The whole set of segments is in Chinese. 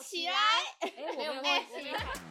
起来！ 我没有忘记。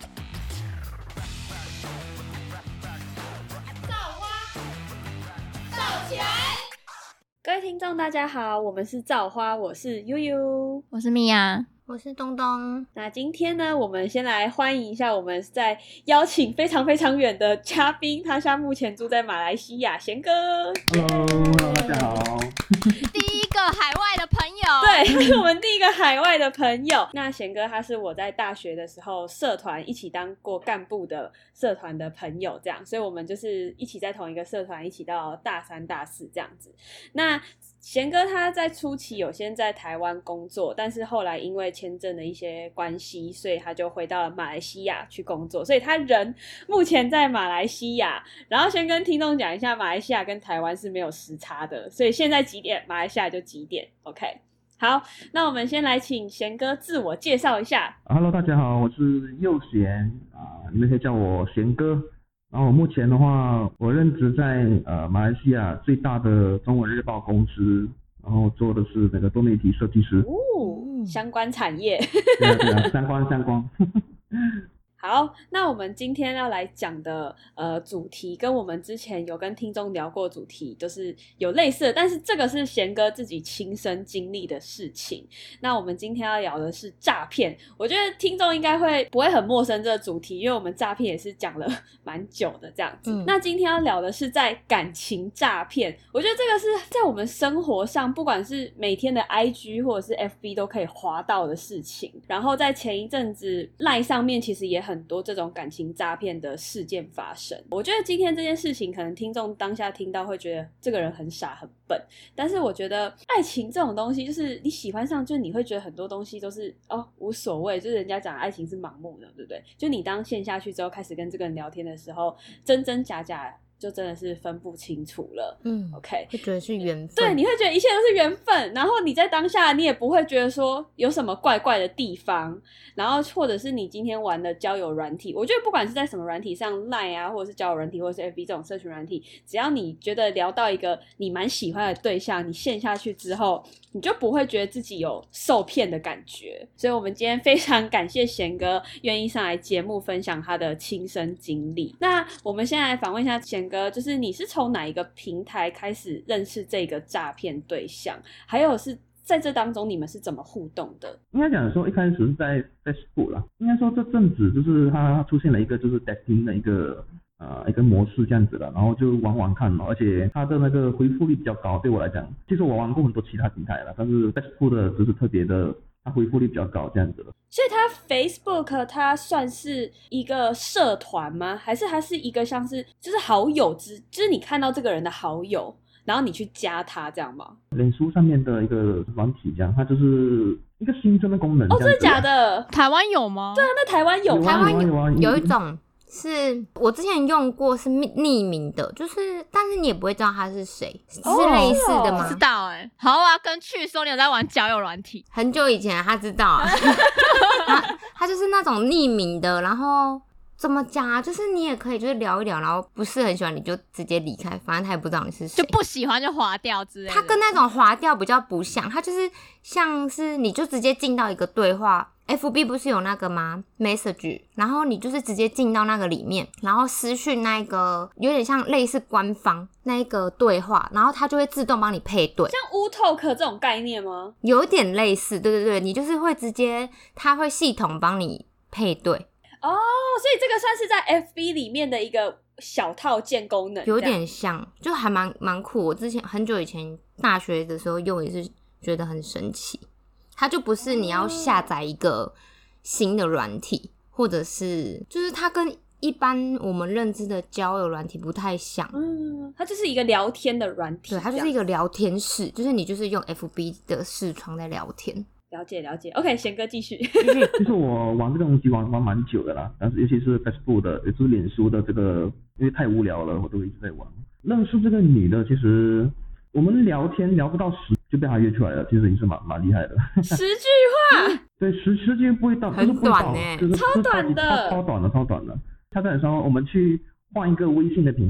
造花，造起来！ 各位听众大家好，我们是造花，我是悠悠， 我是米娅， 我是东东。 那今天呢，我们先来欢迎一下我们在邀请非常非常远的嘉宾，他现在目前住在马来西亚，贤哥。 Hello， 大家好。 第一个海外的朋友， 对，他是我们第一个海外的朋友。那贤哥他是我在大学的时候社团一起当过干部的社团的朋友，这样，所以我们就是一起在同一个社团，一起到大三、大四这样子。那贤哥他在初期有先在台湾工作，但是后来因为签证的一些关系，所以他就回到了马来西亚去工作，所以他人目前在马来西亚。然后先跟听众讲一下，马来西亚跟台湾是没有时差的，所以现在几点，马来西亚就几点。OK， 好，那我们先来请贤哥自我介绍一下。 Hello， 大家好，我是佑贤你们可以叫我贤哥。然后目前的话，我任职在马来西亚最大的中文日报公司，然后做的是那个多媒体设计师。 相关产业。 对啊，相关。 好，那我们今天要来讲的主题跟我们之前有跟听众聊过主题就是有类似的，但是这个是贤哥自己亲身经历的事情。那我们今天要聊的是诈骗，我觉得听众应该不会很陌生这个主题，因为我们诈骗也是讲了蛮久的这样子。那今天要聊的是在感情诈骗，我觉得这个是在我们生活上不管是每天的 IG 或者是 FB 都可以滑到的事情。然后在前一阵子 LINE 上面其实也很多这种感情诈骗的事件发生。我觉得今天这件事情可能听众当下听到会觉得这个人很傻很笨，但是我觉得爱情这种东西就是你喜欢上，就是你会觉得很多东西都是无所谓，就是人家讲爱情是盲目的，对不对？就你当陷下去之后开始跟这个人聊天的时候，真真假假就真的是分不清楚了。OK， 会觉得是缘分。 对，你会觉得一切都是缘分，然后你在当下你也不会觉得说有什么怪怪的地方，然后或者是你今天玩的交友软体，我觉得不管是在什么软体上 LINE 啊，或者是交友软体或者是 FB 这种社群软体，只要你觉得聊到一个你蛮喜欢的对象，你陷下去之后你就不会觉得自己有受骗的感觉。所以我们今天非常感谢贤哥愿意上来节目分享他的亲身经历。那我们先来访问一下贤哥，就是你是从哪一个平台开始认识这个诈骗对象，还有是在这当中你们是怎么互动的？ 应该讲说一开始是在 Facebook 啦，应该说这阵子就是它出现了一个就是 dating 的一个模式这样子的，然后就玩玩看嘛，而且它的那个回复率比较高。对我来讲，其实我玩过很多其他平台了，但是 Facebook 的就是特别的，它回复率比较高这样子的。 所以它 Facebook 它算是一个社团吗？还是它是一个像是就是好友就是你看到这个人的好友，然后你去加他这样吗？ 脸书上面的一个软体这样，它就是一个新增的功能。 真的假的？ 台湾有吗？ 对啊，那台湾有吗？ 台湾有一种是我之前用过，是匿名的，就是但是你也不会知道他是谁，是类似的吗？ 不知道好啊，跟去说你有在玩交友软体， 很久以前他知道啊，他就是那种匿名的，然后怎么讲啊？就是你也可以就是聊一聊，然后不是很喜欢你就直接离开，反正他也不知道你是谁， 就不喜欢就滑掉之类的。 他跟那种滑掉比较不像，他就是像是你就直接进到一个对话。FB 不是有那个吗 Message， 然后你就是直接进到那个里面，然后私讯那个有点像类似官方那一个对话，然后它就会自动帮你配对， 像 Wootalk 这种概念吗？ 有点类似，对，你就是会直接它会系统帮你配对所以这个算是在 FB 里面的一个小套件功能， 有点像，就还蛮酷。我之前很久以前大学的时候用也是觉得很神奇。它就不是你要下载一个新的软体，或者是就是它跟一般我们认知的交友软体不太像。 它就是一个聊天的软体。 对，它就是一个聊天室，就是你就是用 FB 的视窗在聊天。 了解 OK， 贤哥继续。 其实我玩这个东西玩蛮久的啦，但是尤其是 Facebook 的，也就是脸书的这个，因为太无聊了，我都一直在玩。认识这个女的，其实我们聊天聊不到10就被她约出来了，其实也是蛮厉害的。 10句话， 对，10句不会到， 很短就是超短的， 超短的。他在说我们去换一个微信的平台，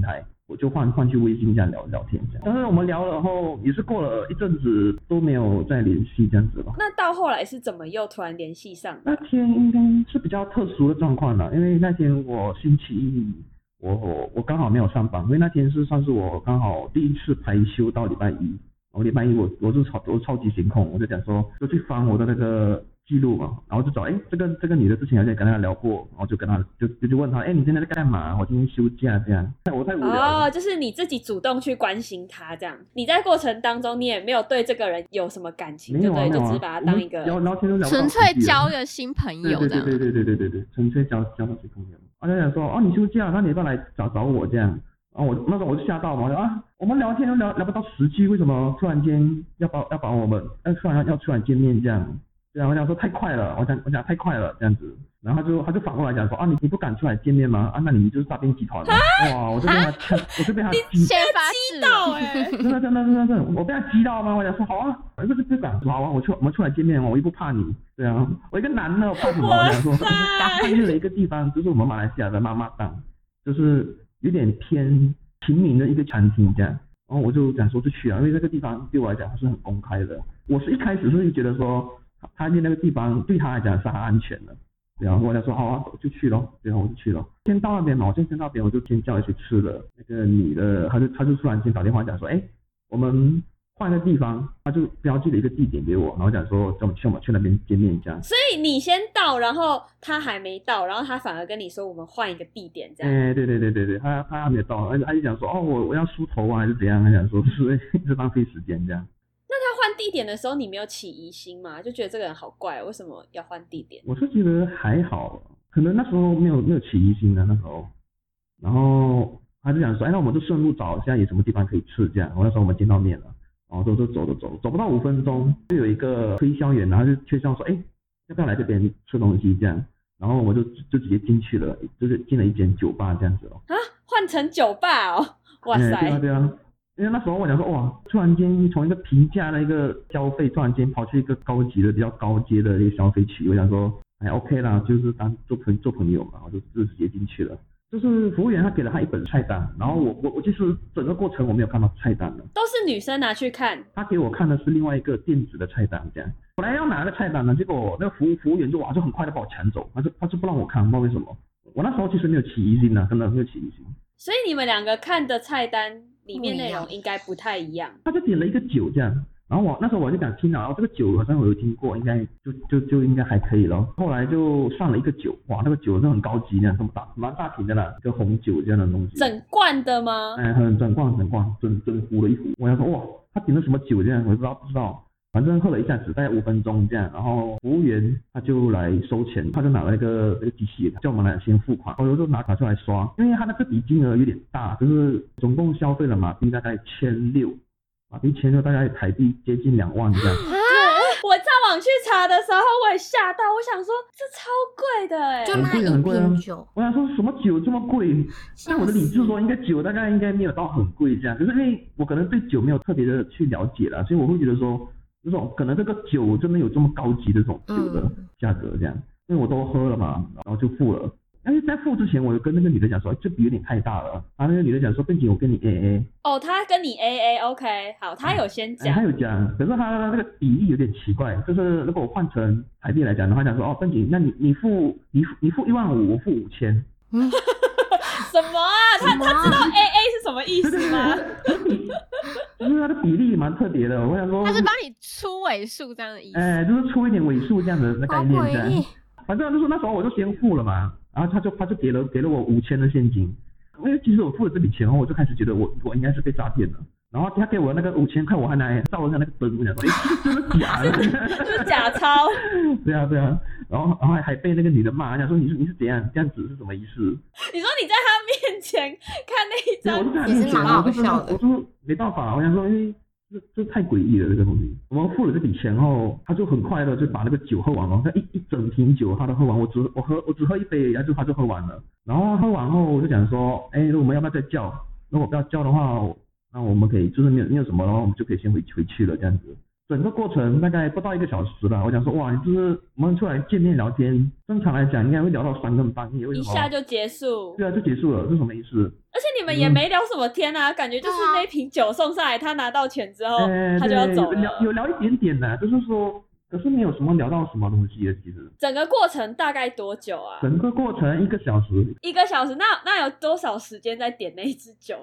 我就换去微信这样聊天这样。但是我们聊了后也是过了一阵子都没有再联系这样子吧。 那到后来是怎么又突然联系上的？ 那天应该是比较特殊的状况了，因为那天我星期一我刚好没有上班，因为那天算是我刚好第一次排休到礼拜一。我礼拜一我超级闲空，我就讲说就去翻我的那个记录嘛，然后就找这个女的之前好像跟她聊过，然后就跟她就问她你现在在干嘛？我今天休假这样。我太无聊了。 就是你自己主动去关心她这样。你在过程当中你也没有对这个人有什么感情，对不对？就只是把她当一个聊天都聊纯粹交个新朋友这样。 对，纯粹交到新朋友。我就想说你休假，那你要不要来找我这样？然后那时候我就吓到嘛，我们聊天都聊不到10句，为什么突然间要把我们突然要出来见面这样？对啊，我想说太快了，我讲太快了这样子。然后他就反过来讲说你不敢出来见面吗？那你就是诈骗集团吗？哇，我就被他激到真的，我被他激到吗？我想说好啊，不敢，好啊，我们出来见面我又不怕你，对啊，我一个男的我怕什么？我想说他约了一个地方，就是我们马来西亚的妈妈档，就是有点偏平民的一个餐厅这样，然后我就讲说就去啊，因为那个地方对我来讲是很公开的。我是一开始是觉得说他约那个地方对他来讲是很安全的，对啊，我就说好啊，我就去咯，对啊，我就去咯。先到那边嘛，先到那边我就先叫一起吃了。那个女的，她就突然间打电话讲说，我们换个地方，他就标记了一个地点给我，然后讲说我们去那边见面这样。 所以你先到，然后他还没到，然后他反而跟你说我们换一个地点这样。 对，他还没到，而且他就讲说我要梳头啊还是怎样，他讲说就是一直浪费时间这样。 那他换地点的时候，你没有起疑心吗？就觉得这个人好怪，为什么要换地点？ 我是觉得还好，可能那时候没有起疑心的那时候。然后他就讲说，那我们就顺路找现在有什么地方可以吃这样。那时候我们见到面了。然后就走不到5分钟，就有一个推销员，然后就推销说，要不要来这边吃东西这样？然后我就直接进去了，就是进了一间酒吧这样子换成酒吧哦，哇塞！ 对啊，因为那时候我想说，哇，突然间从一个平价的一个消费，突然间跑去一个高级的、比较高阶的一个消费区，我想说，OK 啦，就是当做朋友嘛，我就直接进去了。就是服务员他给了他一本菜单，然后我其实整个过程我没有看到菜单的， 都是女生拿去看。 他给我看的是另外一个电子的菜单，这样。本来要拿那个菜单呢，结果那个服务员就很快的把我抢走，他就不让我看，不知道为什么。我那时候其实没有起疑心的，真的没有起疑心。 所以你们两个看的菜单里面内容应该不太一样。 他就点了一个酒这样。然后那时候我就想听了，这个酒好像我有听过，应该就应该还可以咯。后来就上了一个酒，哇，那个酒是很高级的，蛮大瓶的啦，一个红酒这样的东西。 整罐的吗？ 很整罐，整壶的一壶。我想说，哇，他点了什么酒这样，我不知道。反正喝了一下子，大概5分钟这样，然后服务员他就来收钱，他就拿了一个机器，叫我们来先付款，我就拿出来刷，因为他那个笔金额有点大，就是总共消费了马币大概1600。1600大概台币接近2万这样。 我上网去查的时候我也吓到，我想说这超贵的就那一瓶酒。 我想说什么酒这么贵？但我的理智说应该酒大概应该没有到很贵这样，可是因为我可能对酒没有特别的去了解啦，所以我会觉得说这种可能这个酒真的有这么高级的这种酒的价格这样，因为我都喝了嘛，然后就付了。但是在付之前，我有跟那个女的讲说，这笔有点太大了。然后那个女的讲说，并且我跟你 AA。 哦，她跟你 AA，OK， 好，她有先讲。 她有讲，可是她那个比例有点奇怪，就是如果我换成台币来讲的话，讲说，并且那你付15000，我付5000。 什么啊？他知道 AA 是什么意思吗？ 就是它的比例蛮特别的，我想说。 他是帮你出尾数这样的意思。 就是出一点尾数这样的概念这样。反正就是那时候我就先付了嘛，然后他就给了我5000的现金，因为其实我付了这笔钱后，我就开始觉得我应该是被诈骗了。然后他给我那个5000块，我还拿照了下那个灯，我想说，这真的假的？ 是假钞。 对啊，然后还被那个女的骂，想说你是怎样这样子是什么意思？ 你说你在他面前看那一张， 我就在他面前，我说没办法，我想说，这太诡异了这个东西。我们付了这笔钱后，他就很快的就把那个酒喝完了，他一整瓶酒他都喝完，我只喝一杯，然后他就喝完了。然后喝完后我就讲说，那我们要不要再叫？如果不要叫的话，那我们可以就是没有什么，然后我们就可以先回去了这样子。 整个过程大概不到1个小时吧。我想说，哇，就是我们出来见面聊天，正常来讲应该会聊到3更半夜，为什么？ 一下就结束。 对啊，就结束了，这是什么意思？ 而且你们也没聊什么天啊，感觉就是那瓶酒送上来，他拿到钱之后，他就要走了。 有聊一点点的，就是说，可是没有什么聊到什么东西的，其实。 整个过程大概多久啊？ 整个过程1个小时。 1个小时，那有多少时间在点那一支酒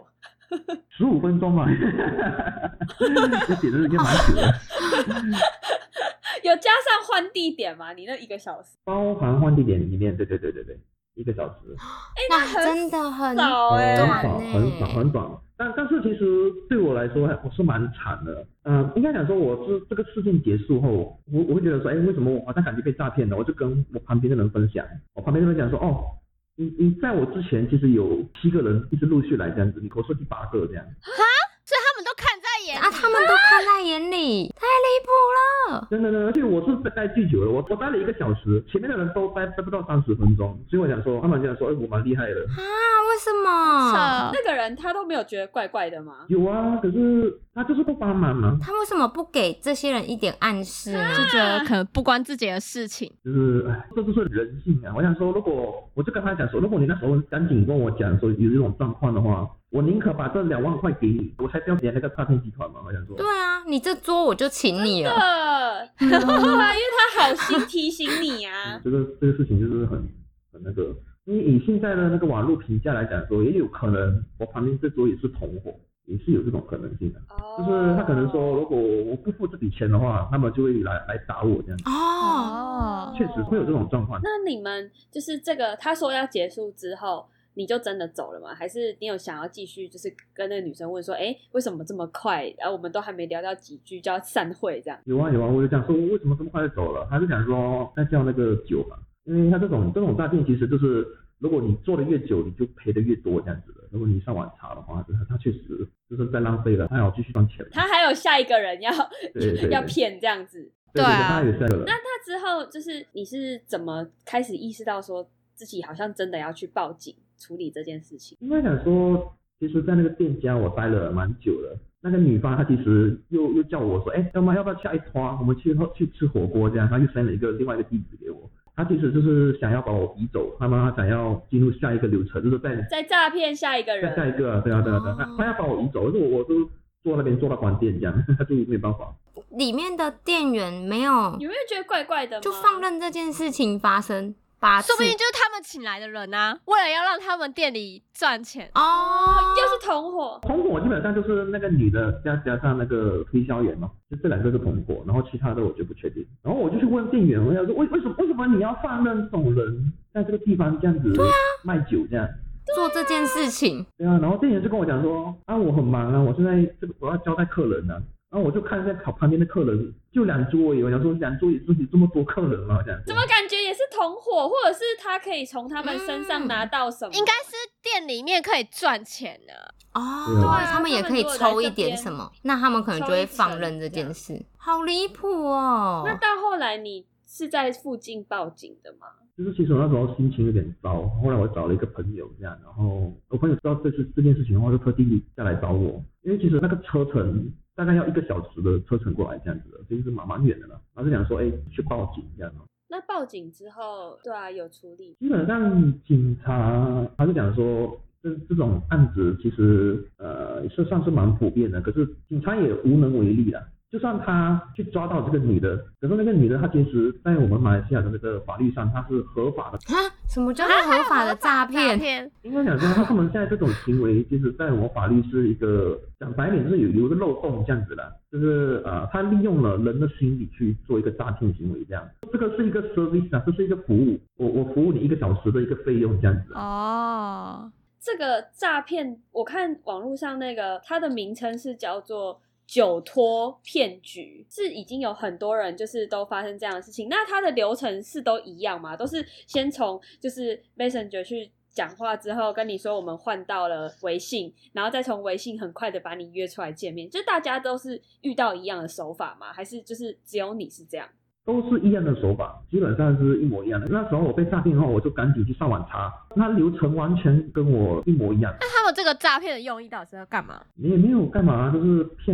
？15分钟嘛，这点的应该蛮久的。 有加上换地点吗？你那1个小时？ 包含换地点里面，对，1个小时。 那真的很少很短。但是其实对我来说，我是蛮惨的。应该讲说，我是这个事件结束后，我会觉得说，为什么我好像感觉被诈骗了？我就跟我旁边的人分享，我旁边的人讲说，哦，你在我之前其实有7个人一直陆续来这样子，你给我说第8个这样。 所以他们都看在眼里啊，他们都看在眼里，太离谱了。 真的，而且我是待巨久了，我待了1个小时，前面的人都待不到30分钟，所以我想说，他们讲说，我蛮厉害的。 为什么？ 那个人他都没有觉得怪怪的吗？ 有啊，可是他就是不帮忙嘛。 他为什么不给这些人一点暗示呢？ 就觉得可能不关自己的事情。 就是这就是人性啊！我想说，如果我就跟他讲说，如果你那时候赶紧跟我讲说有这种状况的话，我宁可把这2万块给你，我才不要连那个诈骗集团嘛。我想说。 对啊，你这桌我就请你了。 对啊，因为他好心提醒你啊。 这个事情就是很那个。因为以现在的那个网络评价来讲说，也有可能我旁边这桌也是同伙，也是有这种可能性的。就是他可能说，如果我不付这笔钱的话，他们就会来打我这样子。确实会有这种状况。 那你们就是这个，他说要结束之后，你就真的走了吗？还是你有想要继续，就是跟那个女生问说，为什么这么快？然后我们都还没聊到几句就要散会这样？ 有啊，我就讲说为什么这么快就走了？他就讲说在叫那个酒嘛。因为他这种诈骗其实就是，如果你做的越久，你就赔的越多这样子的。如果你上网查的话，他确实就是在浪费了，他还要继续赚钱。 他还有下一个人要骗这样子。 对啊，他还有下一个人。 那他之后就是你是怎么开始意识到说自己好像真的要去报警处理这件事情？ 应该讲说，其实在那个店家我待了蛮久了。那个女方她其实又叫我说，要不要下一团，我们去吃火锅这样，她就send了另外一个地址给我。他其实就是想要把我移走，那么他想要进入下一个流程，就是在诈骗下一个人。下一个，对啊，他要把我移走，可是我都坐那边坐到关店这样，他就没办法。 里面的店员没有， 你没有觉得怪怪的吗？ 就放任这件事情发生。 说不定就是他们请来的人啊，为了要让他们店里赚钱又是同伙。 同伙基本上就是那个女的加上那个推销员嘛，就这2个是同伙，然后其他的我就不确定。然后我就去问店员，我要说为什么你要放任这种人在这个地方这样子卖酒这样做这件事情？ 对啊，然后店员就跟我讲说我很忙啊，我现在我要交代客人啊。然后我就看在旁边的客人就2桌而已，我想说2桌也是有这么多客人吗？这样怎么感觉也是同伙，或者是他可以从他们身上拿到什么？ 应该是店里面可以赚钱的对，他们也可以抽一点什么，那他们可能就会放任这件事，好离谱哦。 那到后来你是在附近报警的吗？ 就是其实我那时候心情有点糟，后来我找了一个朋友这样，然后我朋友知道这件事情的话，就特地再来找我，因为其实那个车程大概要1个小时的车程过来这样子的，其实是蛮远的了。然后就想说，去报警这样。 那报警之后，对啊，有处理。 基本上警察他就讲说，这种案子其实是算是蛮普遍的，可是警察也无能为力啦。就算他去抓到这个女的，可是那个女的她其实在我们马来西亚的那个法律上，她是合法的。 什么叫做合法的诈骗？ 应该讲说他们现在这种行为，其实在我们法律是一个讲白点就是有一个漏洞这样子啦，就是他利用了人的心理去做一个诈骗行为这样。这个是一个 service 啊，这是一个服务，我服务你1个小时的一个费用这样子。 这个诈骗我看网络上那个它的名称是叫做酒托骗局，是已经有很多人就是都发生这样的事情。那它的流程是都一样吗？都是先从就是 Messenger 去讲话之后跟你说我们换到了微信，然后再从微信很快的把你约出来见面，就大家都是遇到一样的手法吗？还是就是只有你是这样？ 都是一样的手法，基本上是一模一样的。那时候我被诈骗后，我就赶紧去上网查，那流程完全跟我一模一样。 那他们这个诈骗的用意到底是要干嘛？ 也没有干嘛，就是骗我，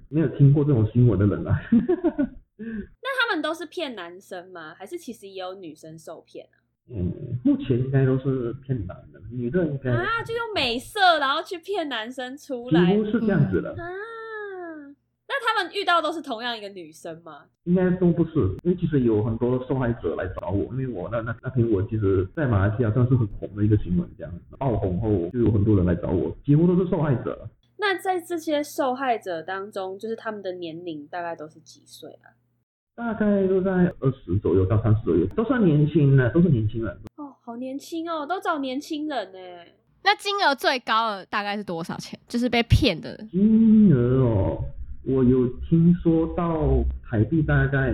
没有听过这种新闻的人啊。 那他们都是骗男生吗？还是其实也有女生受骗啊？ 目前应该都是骗男的，女的应该啊，就用美色然后去骗男生出来几乎是这样子的。 啊。那他们遇到都是同样一个女生吗？ 应该都不是，因为其实有很多受害者来找我，因为我那篇文其实在马来西亚算是很红的一个新闻，这样爆红后就有很多人来找我，几乎都是受害者。 那在这些受害者当中，就是他们的年龄大概都是几岁啊？ 大概都在20左右到30左右，都算年轻的，都是年轻人。 哦，好年轻哦，都找年轻人呢。 那金额最高的大概是多少钱？就是被骗的金额哦，我有听说到台币大概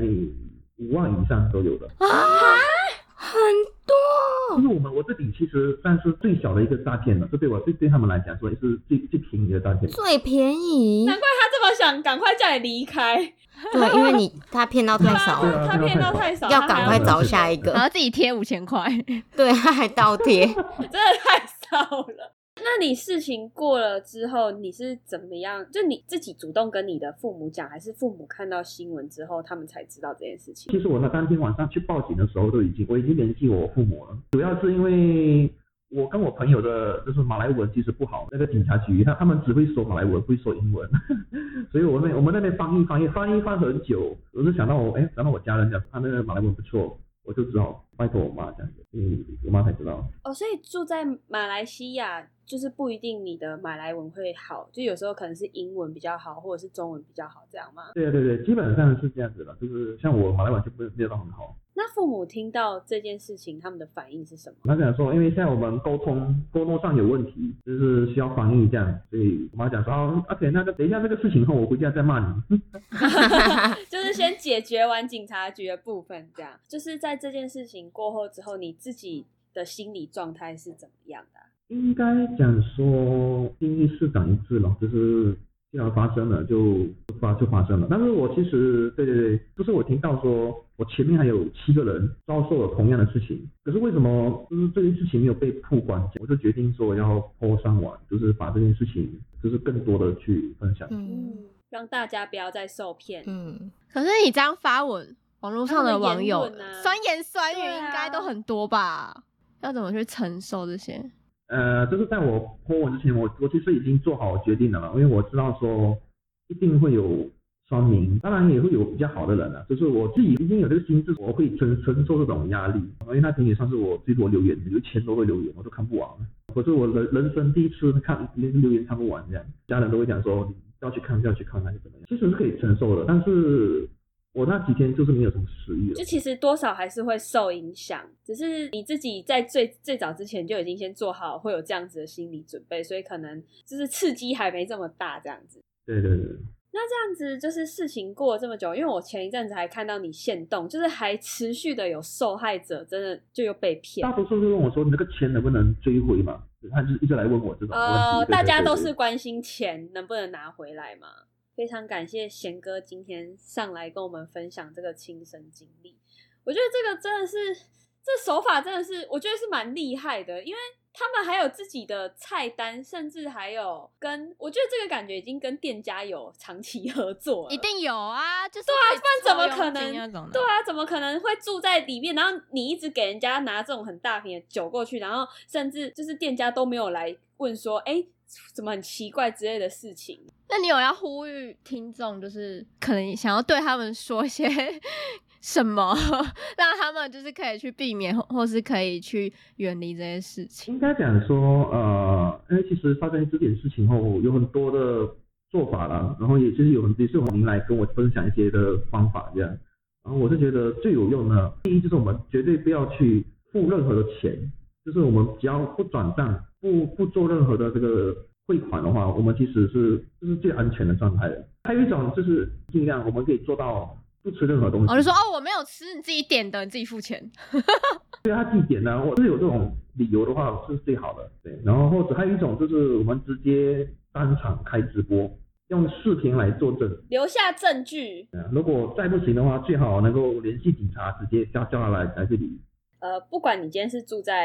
5万以上都有的啊，很多。 就是我这笔其实算是最小的一个诈骗了，这对他们来讲说是最便宜的诈骗， 最便宜。 难怪他这么想赶快叫你离开。 对，因为他骗到太少了， 他骗到太少， 要赶快找下一个， 然后自己贴5000块。 对，他还倒贴， 真的太少了。那你事情过了之后，你是怎么样？就你自己主动跟你的父母讲，还是父母看到新闻之后，他们才知道这件事情？ 其实我当天晚上去报警的时候，我已经联系我父母了，主要是因为我跟我朋友的就是马来文其实不好，那个警察局他们只会说马来文，不会说英文，所以我们那边翻很久，我就想到我家人讲他那个马来文不错，我就只好拜托我妈这样子，我妈才知道。 哦，所以住在马来西亚，就是不一定你的马来文会好，就有时候可能是英文比较好，或者是中文比较好，这样吗？ 对，基本上是这样子的，就是像我马来文就没有到很好。 那父母听到这件事情，他们的反应是什么？ 他讲说，因为现在我们沟通上有问题，就是需要翻译这样，所以我妈讲说，OK， 那个等一下这个事情后，我回家再骂你。 就是先解决完警察局的部分，这样。就是在这件事情过后之后，你自己的心理状态是怎么样的啊？ 应该讲说，心意是长一致了，就是既然发生了就发生了。但是我其实对，就是我听到说我前面还有7个人遭受了同样的事情，可是为什么就是这件事情没有被曝光？我就决定说要 po 上网，就是把这件事情就是更多的去分享， 让大家不要再受骗。 可是你这样发文，网络上的网友酸言酸语对啊应该都很多吧？要怎么去承受这些？ 就是在我 po 文之前，我其实已经做好决定了嘛，因为我知道说一定会有酸民，当然也会有比较好的人啊，就是我自己已经有这个心智，我会承受这种压力，因为那天也算是我最多留言，有1000多个留言，我都看不完，可是我人生第一次看留言看不完这样，家人都会讲说你不要去看还是怎么样，其实是可以承受的，但是我那几天就是没有什么食欲了， 就其实多少还是会受影响，只是你自己在最早之前就已经先做好会有这样子的心理准备，所以可能就是刺激还没这么大这样子。 对。 那这样子就是事情过了这么久，因为我前一阵子还看到你限动，就是还持续的有受害者真的就又被骗。 大多数就问我说你那个钱能不能追回嘛，他就一直来问我这种问题。 大家都是关心钱能不能拿回来嘛。非常感谢贤哥今天上来跟我们分享这个亲身经历，我觉得这个真的是这手法真的是我觉得是蛮厉害的，因为他们还有自己的菜单，甚至还有我觉得这个感觉已经跟店家有长期合作了。 一定有啊，就是对啊，不然怎么可能？ 那种的对啊，怎么可能会住在里面？然后你一直给人家拿这种很大瓶的酒过去，然后甚至就是店家都没有来问说，怎么很奇怪之类的事情。 那你有要呼吁听众，就是可能想要对他们说些什么，让他们就是可以去避免，或是可以去远离这些事情？ 应该讲说，因为其实发生这点事情后，有很多的做法啦，然后也是有您来跟我分享一些的方法这样。然后我是觉得最有用的，第一就是我们绝对不要去付任何的钱，就是我们只要不转账，不做任何的这个汇款的话，我们其实就是最安全的状态的。还有一种就是尽量我们可以做到不吃任何东西。 我就说我没有吃，你自己点的，你自己付钱。 对，他自己点呢，我是有这种理由的话是最好的。对，然后或者还有一种就是我们直接当场开直播，用视频来作证， 留下证据。 如果再不行的话，最好能够联系警察，直接叫他来这里。 不管你今天是住在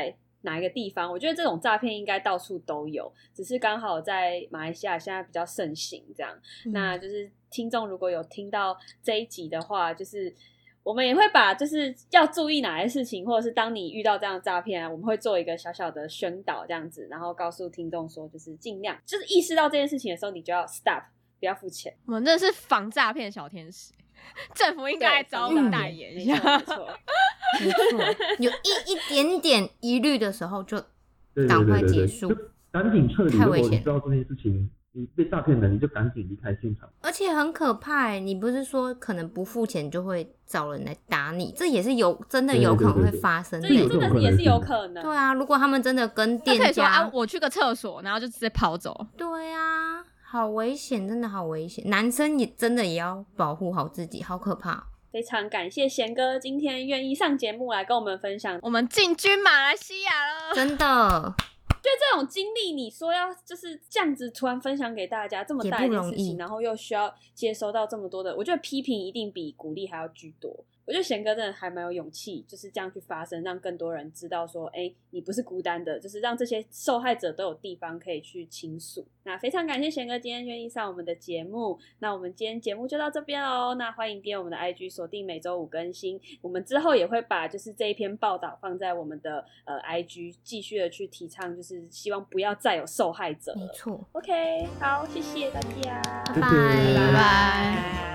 哪一个地方，我觉得这种诈骗应该到处都有，只是刚好在马来西亚现在比较盛行这样。那就是听众如果有听到这一集的话，就是我们也会把就是要注意哪些事情，或者是当你遇到这样的诈骗我们会做一个小小的宣导这样子，然后告诉听众说就是尽量就是意识到这件事情的时候你就要 stop， 不要付钱。 我们真的是防诈骗小天使，政府应该来找我们代言一下。 没错没错，有一点点疑虑的时候就赶快结束， 就赶紧撤离。如果太危险你知道这件事情你被诈骗了，你就赶紧离开现场。 而且很可怕你不是说可能不付钱就会找人来打你，这也是真的有可能会发生的。 这也是有可能。 对啊，如果他们真的跟店家可以说啊，我去个厕所，然后就直接跑走。 对啊，好危险，真的好危险。男生也真的也要保护好自己，好可怕。 非常感谢贤哥今天愿意上节目来跟我们分享， 我们进军马来西亚了， 真的。 就这种经历，你说要就是这样子突然分享给大家这么大一件事情，然后又需要接收到这么多的，我觉得批评一定比鼓励还要居多。我觉得贤哥真的还蛮有勇气，就是这样去发声，让更多人知道说，你不是孤单的，就是让这些受害者都有地方可以去倾诉。那非常感谢贤哥今天愿意上我们的节目，那我们今天节目就到这边咯。那欢迎订阅我们的 IG， 锁定每周五更新。我们之后也会把就是这一篇报道放在我们的IG， 继续的去提倡，就是希望不要再有受害者了。 没错。 OK， 好，谢谢大家， 拜拜拜拜。